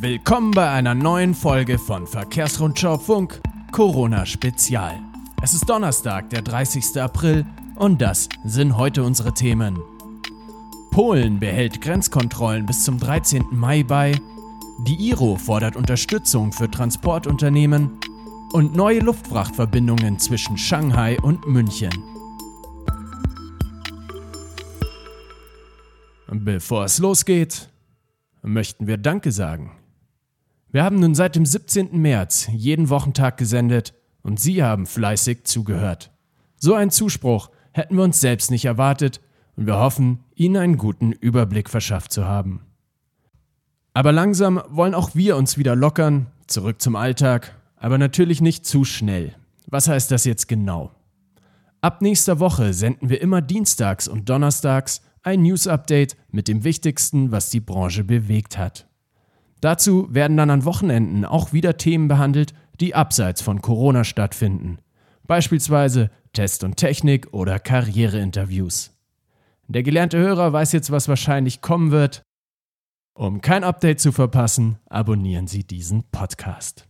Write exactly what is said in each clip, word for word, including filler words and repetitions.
Willkommen bei einer neuen Folge von Verkehrsrundschau Funk Corona Spezial. Es ist Donnerstag, der dreißigster April und das sind heute unsere Themen. Polen behält Grenzkontrollen bis zum dreizehnten Mai bei, die I R O fordert Unterstützung für Transportunternehmen und neue Luftfrachtverbindungen zwischen Shanghai und München. Bevor es losgeht, möchten wir Danke sagen. Wir haben nun seit dem siebzehnten März jeden Wochentag gesendet und Sie haben fleißig zugehört. So einen Zuspruch hätten wir uns selbst nicht erwartet und wir hoffen, Ihnen einen guten Überblick verschafft zu haben. Aber langsam wollen auch wir uns wieder lockern, zurück zum Alltag, aber natürlich nicht zu schnell. Was heißt das jetzt genau? Ab nächster Woche senden wir immer dienstags und donnerstags ein News-Update mit dem Wichtigsten, was die Branche bewegt hat. Dazu werden dann an Wochenenden auch wieder Themen behandelt, die abseits von Corona stattfinden. Beispielsweise Test und Technik oder Karriereinterviews. Der gelernte Hörer weiß jetzt, was wahrscheinlich kommen wird. Um kein Update zu verpassen, abonnieren Sie diesen Podcast.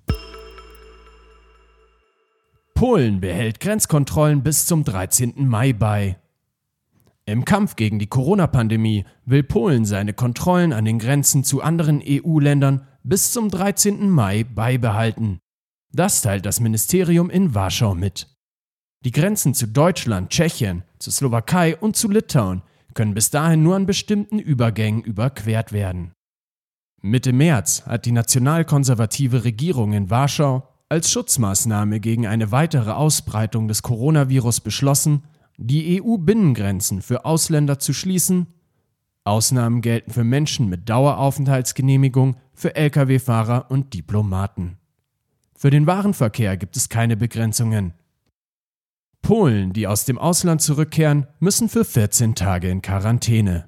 Polen behält Grenzkontrollen bis zum dreizehnten Mai bei. Im Kampf gegen die Corona-Pandemie will Polen seine Kontrollen an den Grenzen zu anderen E U-Ländern bis zum dreizehnten Mai beibehalten. Das teilt das Ministerium in Warschau mit. Die Grenzen zu Deutschland, Tschechien, zur Slowakei und zu Litauen können bis dahin nur an bestimmten Übergängen überquert werden. Mitte März hat die nationalkonservative Regierung in Warschau als Schutzmaßnahme gegen eine weitere Ausbreitung des Coronavirus beschlossen, die E U-Binnengrenzen für Ausländer zu schließen. Ausnahmen gelten für Menschen mit Daueraufenthaltsgenehmigung, für L K W-Fahrer und Diplomaten. Für den Warenverkehr gibt es keine Begrenzungen. Polen, die aus dem Ausland zurückkehren, müssen für vierzehn Tage in Quarantäne.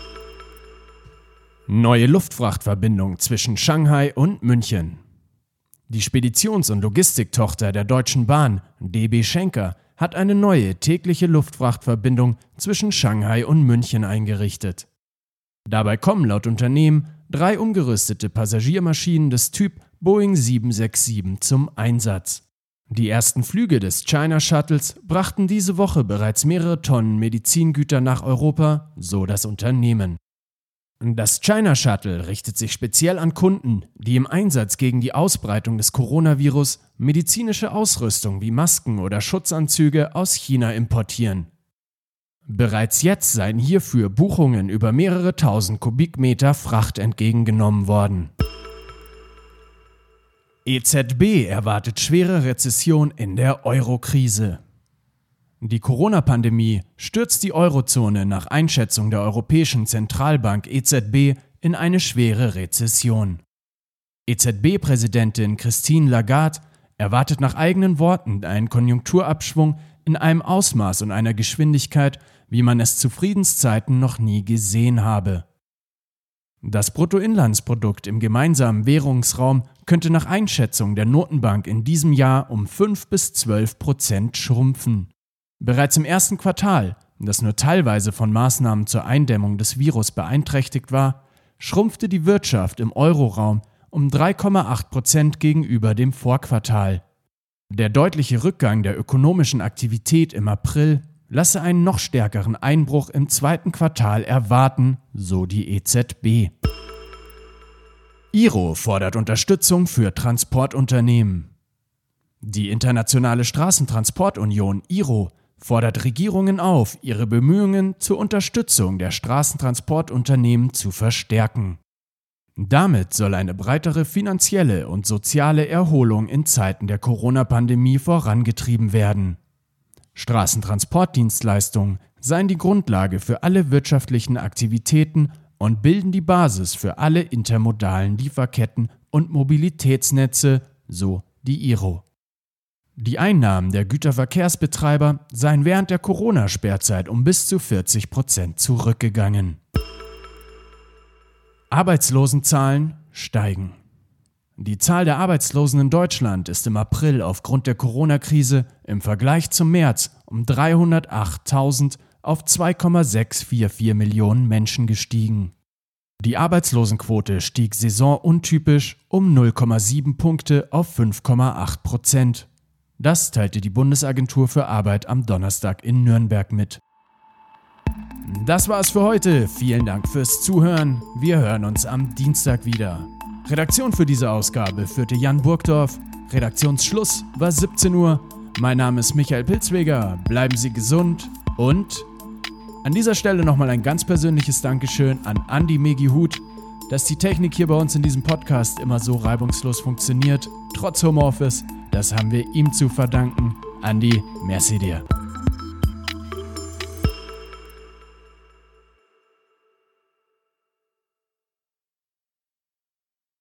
Neue Luftfrachtverbindung zwischen Shanghai und München. Die Speditions- und Logistiktochter der Deutschen Bahn, D B Schenker, hat eine neue tägliche Luftfrachtverbindung zwischen Shanghai und München eingerichtet. Dabei kommen laut Unternehmen drei umgerüstete Passagiermaschinen des Typ Boeing sieben sechs sieben zum Einsatz. Die ersten Flüge des China Shuttles brachten diese Woche bereits mehrere Tonnen Medizingüter nach Europa, so das Unternehmen. Das China Shuttle richtet sich speziell an Kunden, die im Einsatz gegen die Ausbreitung des Coronavirus medizinische Ausrüstung wie Masken oder Schutzanzüge aus China importieren. Bereits jetzt seien hierfür Buchungen über mehrere tausend Kubikmeter Fracht entgegengenommen worden. E Z B erwartet schwere Rezession in der Euro-Krise. Die Corona-Pandemie stürzt die Eurozone nach Einschätzung der Europäischen Zentralbank E Z B in eine schwere Rezession. E Z B-Präsidentin Christine Lagarde erwartet nach eigenen Worten einen Konjunkturabschwung in einem Ausmaß und einer Geschwindigkeit, wie man es zu Friedenszeiten noch nie gesehen habe. Das Bruttoinlandsprodukt im gemeinsamen Währungsraum könnte nach Einschätzung der Notenbank in diesem Jahr um fünf bis zwölf Prozent schrumpfen. Bereits im ersten Quartal, das nur teilweise von Maßnahmen zur Eindämmung des Virus beeinträchtigt war, schrumpfte die Wirtschaft im Euroraum um drei Komma acht Prozent gegenüber dem Vorquartal. Der deutliche Rückgang der ökonomischen Aktivität im April lasse einen noch stärkeren Einbruch im zweiten Quartal erwarten, so die E Z B. I R O fordert Unterstützung für Transportunternehmen. Die Internationale Straßentransportunion I R O fordert Regierungen auf, ihre Bemühungen zur Unterstützung der Straßentransportunternehmen zu verstärken. Damit soll eine breitere finanzielle und soziale Erholung in Zeiten der Corona-Pandemie vorangetrieben werden. Straßentransportdienstleistungen seien die Grundlage für alle wirtschaftlichen Aktivitäten und bilden die Basis für alle intermodalen Lieferketten und Mobilitätsnetze, so die I R O. Die Einnahmen der Güterverkehrsbetreiber seien während der Corona-Sperrzeit um bis zu vierzig Prozent zurückgegangen. Arbeitslosenzahlen steigen. Die Zahl der Arbeitslosen in Deutschland ist im April aufgrund der Corona-Krise im Vergleich zum März um dreihundertachttausend auf zwei Komma sechs vier vier Millionen Menschen gestiegen. Die Arbeitslosenquote stieg saisonuntypisch um null Komma sieben Punkte auf fünf Komma acht Prozent. Das teilte die Bundesagentur für Arbeit am Donnerstag in Nürnberg mit. Das war's für heute. Vielen Dank fürs Zuhören. Wir hören uns am Dienstag wieder. Redaktion für diese Ausgabe führte Jan Burgdorf. Redaktionsschluss war siebzehn Uhr. Mein Name ist Michael Pilzweger. Bleiben Sie gesund und an dieser Stelle nochmal ein ganz persönliches Dankeschön an Andi Megihut, dass die Technik hier bei uns in diesem Podcast immer so reibungslos funktioniert, trotz Homeoffice. Das haben wir ihm zu verdanken. Andi, merci dir.